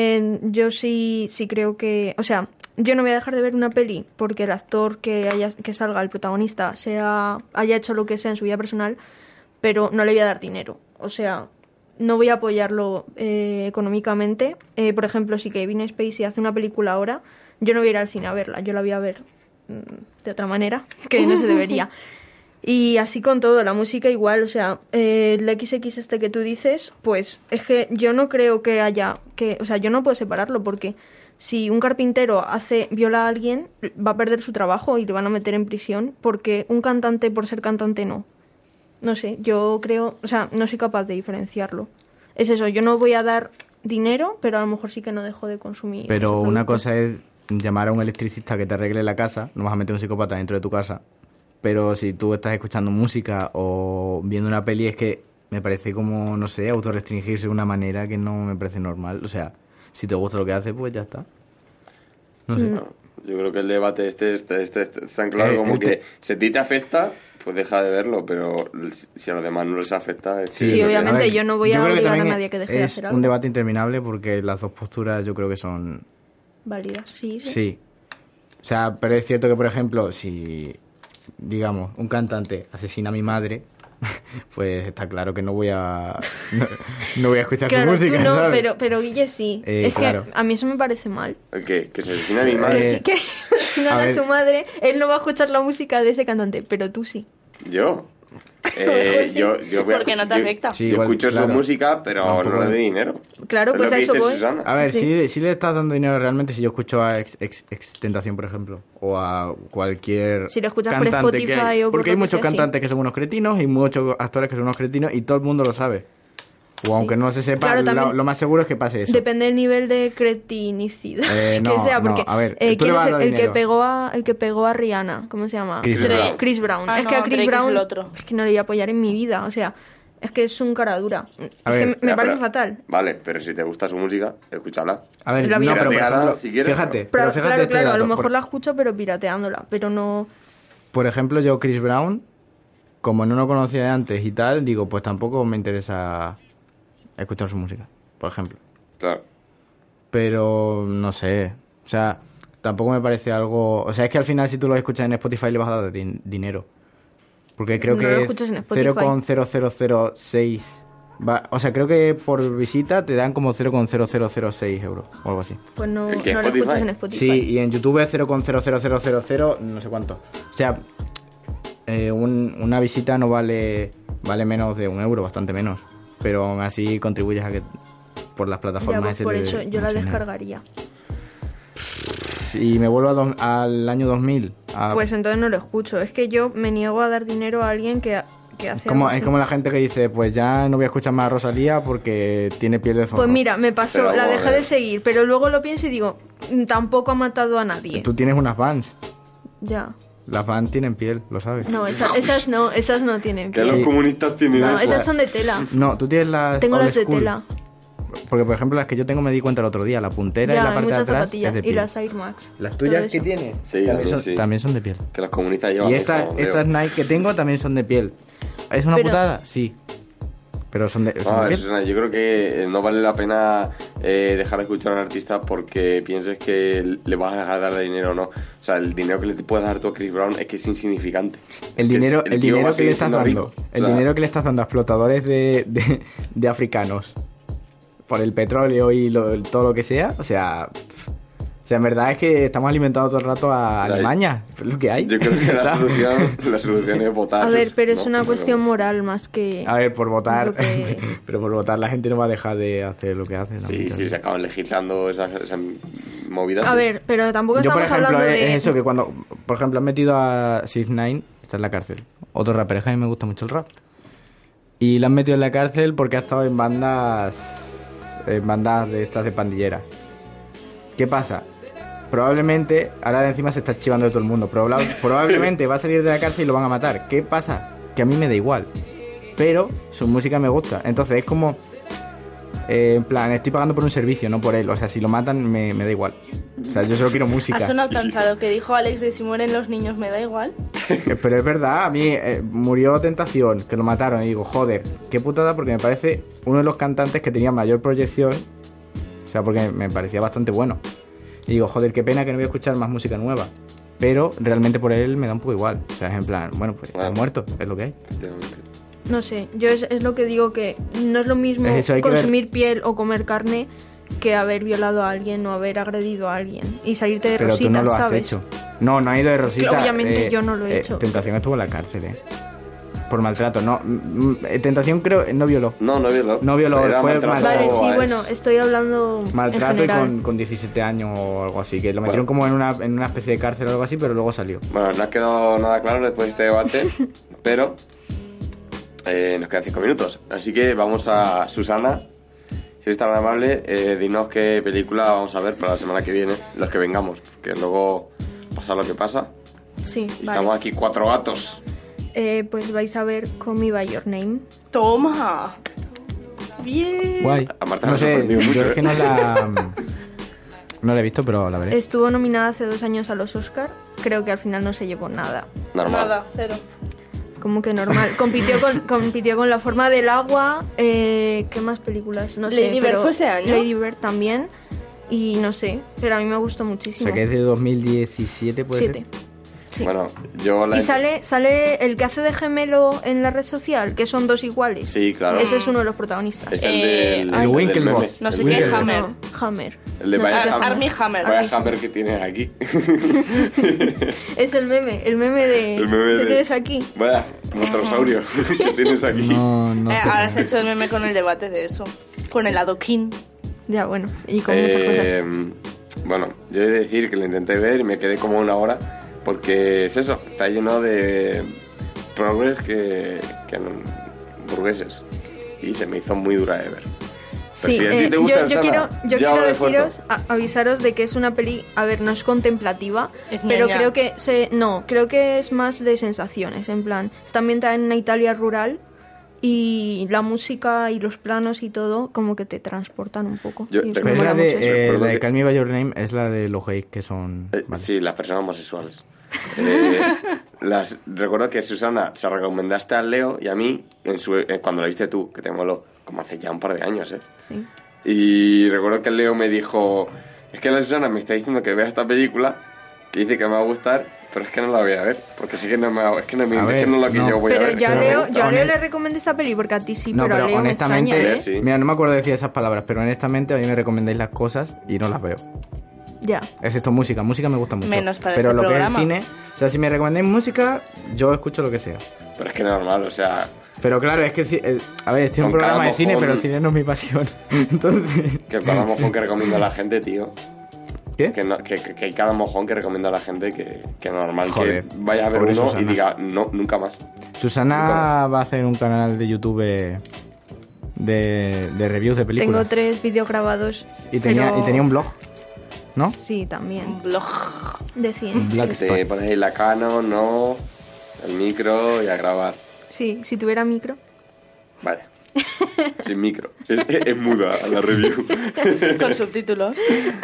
Yo sí creo que... O sea, yo no voy a dejar de ver una peli porque el actor que salga, el protagonista, haya hecho lo que sea en su vida personal, pero no le voy a dar dinero. O sea, no voy a apoyarlo económicamente. Por ejemplo, si Kevin Spacey hace una película ahora, yo no voy a ir al cine a verla. Yo la voy a ver de otra manera, que no se debería. Y así con todo, la música igual, o sea, el XX este que tú dices, pues es que yo no creo que haya, o sea, yo no puedo separarlo porque si un carpintero viola a alguien, va a perder su trabajo y le van a meter en prisión porque un cantante por ser cantante no. No sé, yo creo, o sea, no soy capaz de diferenciarlo. Es eso, yo no voy a dar dinero, pero a lo mejor sí que no dejo de consumir. Pero una cosa es llamar a un electricista que te arregle la casa, no vas a meter un psicópata dentro de tu casa. Pero si tú estás escuchando música o viendo una peli, es que me parece como, no sé, autorrestringirse de una manera que no me parece normal. O sea, si te gusta lo que hace, pues ya está. No sé. No, yo creo que el debate es tan claro como que si a ti te afecta, pues deja de verlo, pero si a los demás no les afecta... Sí, obviamente yo no voy a creo que obligar a también nadie que deje de hacer algo. Es un debate interminable porque las dos posturas yo creo que son... Válidas, sí. Sí. O sea, pero es cierto que, por ejemplo, si, digamos, un cantante asesina a mi madre, pues está claro que no voy a escuchar claro, su música, tú no, ¿sabes? pero Guille sí. Es claro. que a mí eso me parece mal. ¿El qué? ¿Que se asesina a mi madre? Que sí, que asesinan a su madre, él no va a escuchar la música de ese cantante, pero tú sí. ¿Yo? Sí. Yo Porque no te afecta. Sí, yo igual, escucho claro. su música, pero no le doy dinero. Claro, Es pues lo a que eso dice voy. Susana. A ver, Sí. si le estás dando dinero realmente, si yo escucho a Tentación, por ejemplo, o a cualquier Si lo escuchas por cantante que Spotify hay. o por Porque hay lo que muchos sea, sí. cantantes que son unos cretinos y muchos actores que son unos cretinos y todo el mundo lo sabe. O aunque no se sepa, Claro, también lo más seguro es que pase eso. Depende del nivel de cretinicidad No, que sea, no, porque a ver, tú ¿quién le vas es a dar el que dinero. pegó a Rihanna? ¿Cómo se llama? Chris Brown. Chris Brown. Ah, Es que no, a Chris Drake es Brown el otro. es que no le voy a apoyar en mi vida, o sea, es que es un cara dura. A Es que ver, me Ya, parece pero- fatal. Vale, pero si te gusta su música, escúchala. A ver, La no, vida. pero por Pirateala, ejemplo, si quieres, fíjate, Pero, pero fíjate claro, este claro, a dato. lo mejor la escucho pero pirateándola, pero no... Por ejemplo, yo Chris Brown, como no lo conocía de antes y tal, digo, pues tampoco me interesa escuchar su música, por ejemplo. Claro. Pero no sé, o sea, tampoco me parece algo... O sea, es que al final si tú lo escuchas en Spotify le vas a dar dinero. Porque creo No lo que es escuchas en Spotify. 0,0006... O sea, creo que por visita te dan como 0,0006 euros o algo así. Pues no, ¿El qué, no lo Spotify? escuchas en Spotify. Sí, y en YouTube es 0,00000 no sé cuánto. O sea, una visita no vale menos de €1, bastante menos. Pero aún así contribuyes a que por las Ya, plataformas pues ese por te- eso yo la mucho dinero. descargaría. Y me vuelvo al año 2000. Pues entonces no lo escucho. Es que yo me niego a dar dinero a alguien que hace algo es así. como la gente que dice, pues ya no voy a escuchar más a Rosalía porque tiene piel de zorro. Pues mira, me pasó, Pero, la dejé joder. de seguir, pero luego lo pienso y digo, tampoco ha matado a nadie. Tú tienes unas Vans. Ya. Las Vans tienen piel, lo sabes. No, esas no tienen Que piel. los Sí. comunistas tienen No, eso. esas son de tela. No, tú tienes las Tengo old las de school. tela. Porque, por ejemplo, las que yo tengo me di cuenta el otro día. La puntera y Ya, la hay parte de muchas atrás zapatillas. es de Y piel. las Air Max. Las todo tuyas eso. que tienes Sí, sí. también son de piel. Que los comunistas llevan Y eso, Leo. estas Nike que tengo también son de piel. ¿Es una Pero- putada? Sí. Pero son de No, piel. Susana, yo creo que no vale la pena dejar de escuchar a un artista porque pienses que le vas a dejar de dar dinero o no. O sea, el dinero que le puedes dar tú a Chris Brown es que es insignificante. El Que dinero, el el tío va dinero a que le seguir estás siendo dando. rico. El O sea, dinero que le estás dando a explotadores de africanos. Por el petróleo y todo lo que sea. O sea, en verdad es que estamos alimentados todo el rato a O sea, Alemania. Es lo que hay. Yo creo que la solución es votar. A ver, pero es ¿no? una cuestión moral más que... A ver, por votar. Lo que- Pero por votar la gente no va a dejar de hacer lo que hace. ¿no? Sí, sí, se acaban legislando esas movidas. A sí. ver, pero tampoco Yo, por estamos ejemplo, hablando es de... eso que cuando, por ejemplo, han metido a 6ix9ine, está en la cárcel. Otro rapper, es que a mí me gusta mucho el rap. Y lo han metido en la cárcel porque ha estado en bandas de estas de pandilleras. ¿Qué pasa? Probablemente, ahora de encima se está chivando de todo el mundo, probablemente va a salir de la cárcel y lo van a matar. ¿Qué pasa? Que a mí me da igual. Pero su música me gusta. Entonces es como... en plan, estoy pagando por un servicio, no por él. O sea, si lo matan, me da igual. O sea, yo solo quiero música. Ha sonado tan claro que dijo Alex de si mueren los niños me da igual. Pero es verdad, a mí murió Tentación, que lo mataron. Y digo, joder, qué putada, porque me parece uno de los cantantes que tenía mayor proyección. O sea, porque me parecía bastante bueno. Y digo, joder, qué pena que no voy a escuchar más música nueva. Pero realmente por él me da un poco igual. O sea, es en plan, bueno, pues está Bueno. muerto, es lo que hay. Efectivamente. No sé, yo es lo que digo, que no es lo mismo Es eso, hay que consumir piel o comer carne que haber violado a alguien o haber agredido a alguien y salirte de Pero rositas, tú no lo has ¿sabes? hecho. No ha ido de Rosita. Obviamente yo no lo he hecho. Tentación estuvo en la cárcel, Por maltrato, no. Tentación creo, no violó. No violó. No violó, Era fue maltrato Vale, a sí, eso. bueno, estoy hablando Maltrato en y general. con 17 años o algo así, que lo metieron Bueno. como en una especie de cárcel o algo así, pero luego salió. Bueno, no ha quedado nada claro después de este debate, pero nos quedan 5 minutos. Así que vamos a Susana. Si eres tan amable, dinos qué película vamos a ver para la semana que viene, los que vengamos, que luego pasa lo que pasa. Sí, Y vale. estamos aquí 4 gatos. Pues vais a ver Call Me By Your Name. ¡Toma! Bien. Guay. A Marta No me ha sé, sorprendido mucho, yo es que no la he visto, pero la veré. Estuvo nominada hace 2 años a los Oscar. Creo que al final no se llevó nada. Normal. Nada, cero. Como que normal. compitió con La Forma del Agua. ¿Qué más películas? No sé. Lady Bird pero fue ese año. Lady Bird también. Y no sé, pero a mí me gustó O muchísimo. sea, que es de 2017, puede 7. ser. Sí. Bueno, yo la... Y sale el que hace de gemelo en la red social, que son 2 iguales. Sí, claro. Ese es uno de los protagonistas. Es el del... El Winklevoss. No sé Winklevoss. qué, Hammer. No, Hammer. El de No sé Vaya qué Hammer. Armie Hammer. Vaya Hammer que tienes aquí. Es el meme de... El meme ¿Qué de- tienes aquí? Vaya, monstruosaurio que tienes aquí. No sé. Ahora se ha hecho el meme con el debate de eso. Con el adoquín. Ya, bueno, y con muchas cosas. Bueno, yo he de decir que lo intenté ver y me quedé como 1 hora porque es eso, está lleno de progress que burgueses y se me hizo muy dura de ver. Sí, si a ti te gusta yo el quiero, Sana, yo ya quiero lo de esfuerzo. deciros, avisaros de que es una peli, a ver, no es contemplativa, Es pero ñoña. creo que es más de sensaciones, en plan, está ambientada en una Italia rural y la música y los planos y todo como que te transportan un poco. Yo y eso te- me Pero es mola la mucho eso. de, Recuerdo la de que- Call Me By Your Name, es la de los gays que son... vale. Sí, las personas homosexuales. Recuerdo que Susana se recomendaste a Leo y a mí cuando la viste tú, que te moló, como hace ya un par de años, ¿eh? Sí. Y recuerdo que Leo me dijo, es que la Susana me está diciendo que vea esta película, que dice que me va a gustar, pero es que no la voy a ver, porque sí que no me es que no, A ver, es que no es lo que no. yo voy a Pero ver. yo a es que no me Leo, gusta. yo a Leo le recomendé esta peli porque a ti sí, No, pero a pero Leo me extraña, honestamente, ¿eh? Sí. mira, no me acuerdo de decir esas palabras, pero honestamente a mí me recomendáis las cosas y no las veo. Ya. Excepto música me gusta mucho. Menos para pero este lo programa. que es el cine, o sea, si me recomendáis música, yo escucho lo que sea. Pero es que normal, o sea, Pero claro, es que, a ver, estoy en un Con cada programa de cine, mojón. pero el cine no es mi pasión. Entonces, que cada mojón que recomiendo a la gente, tío. ¿qué? Que hay cada mojón que recomiendo a la gente que normal Joder, que vaya a ver pobre uno Susana. y diga, no, nunca más. Susana va a hacer un canal de YouTube de reviews de películas. Tengo 3 vídeos grabados. y tenía un blog, ¿no? Sí, también. Un blog. De 100. Black Que Story. te ponéis la Canon, no, el micro y a grabar. Sí, si tuviera micro. Vale. Sin micro. Es muda a la review. Con subtítulos.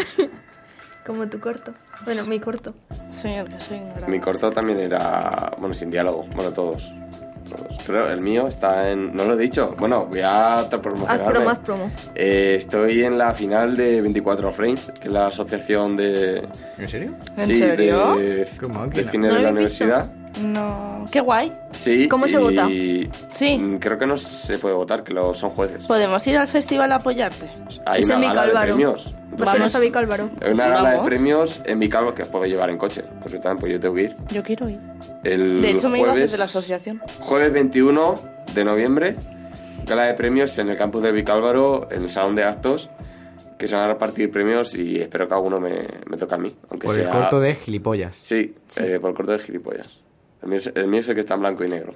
Como tu corto. Bueno, mi corto. Soy el que soy ignorante. Mi corto también era, bueno, sin diálogo. Bueno, todos. Pero el mío está en... No lo he dicho. Bueno, voy a promocionarme. Haz promo. Estoy en la final de 24 Frames, que es la asociación de... ¿En serio? ¿En sí, serio? de máquina. cine ¿No de lo la habéis visto? universidad. No. Qué guay. Sí. ¿Cómo se vota? Sí. Creo que no se puede votar, que son jueces. ¿Podemos ir al festival a apoyarte? Hay Es una en gala de Vicálvaro. premios. Va a ser Entonces, esa Vicálvaro. hay una gala de Vamos. premios en Vicálvaro que os puedo llevar en coche. Por eso también, pues yo tengo que ir. Yo quiero ir. El De hecho, me iba jueves, desde la asociación. Jueves 21 de noviembre, gala de premios en el campus de Vicálvaro, en el salón de actos, que se van a repartir premios y espero que alguno me toque a mí. Aunque Por sea... el corto de Gilipollas. Sí, por el corto de Gilipollas. El mío es el que está en blanco y negro.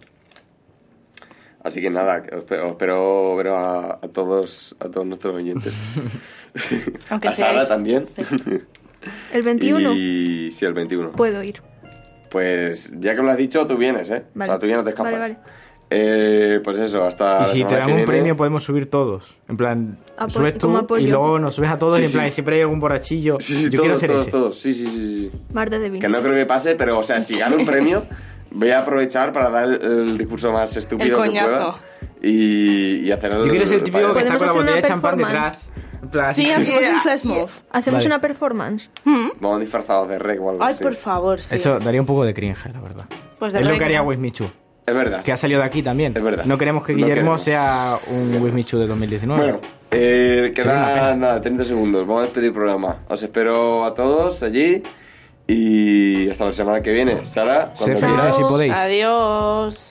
Así que nada, que os espero ver a todos nuestros oyentes. Aunque a Sara seáis- también. El 21 Y sí, el 21. puedo ir. Pues ya que me lo has dicho, tú vienes, ¿eh? Vale. O sea, tú ya no te escapas. Vale. Pues eso, hasta Y la si te semana dan que un viene. premio, podemos subir todos. En plan, subes tú como apoyo. y luego nos subes a todos. Sí, y en plan, sí. siempre hay algún borrachillo. Sí, sí, Yo quiero ser ese. todos. Sí. Martes de vino. Que no creo que pase, pero, o sea, si gano un premio, voy a aprovechar para dar el discurso más estúpido El que coñazo. pueda. Y hacer el... Yo quiero ser el típico que está Podemos con la hacer botella de una champán performance. detrás. En plan, Sí, así. hacemos un flash mob. Hacemos Vale. una performance. Vamos disfrazados de reg o algo Ay, así. por favor, sí. Eso daría un poco de cringe, la verdad. Pues de es lo reg, que haría ¿no? Wismichu, Es verdad. que ha salido de aquí también. Es verdad. No queremos que No Guillermo queremos. sea un Wismichu de 2019. Bueno, Sería una queda pena. nada, 30 segundos. Vamos a despedir el programa. Os espero a todos allí y hasta la semana que viene. Sara, Sed cuando felices quieras. si podéis. Adiós.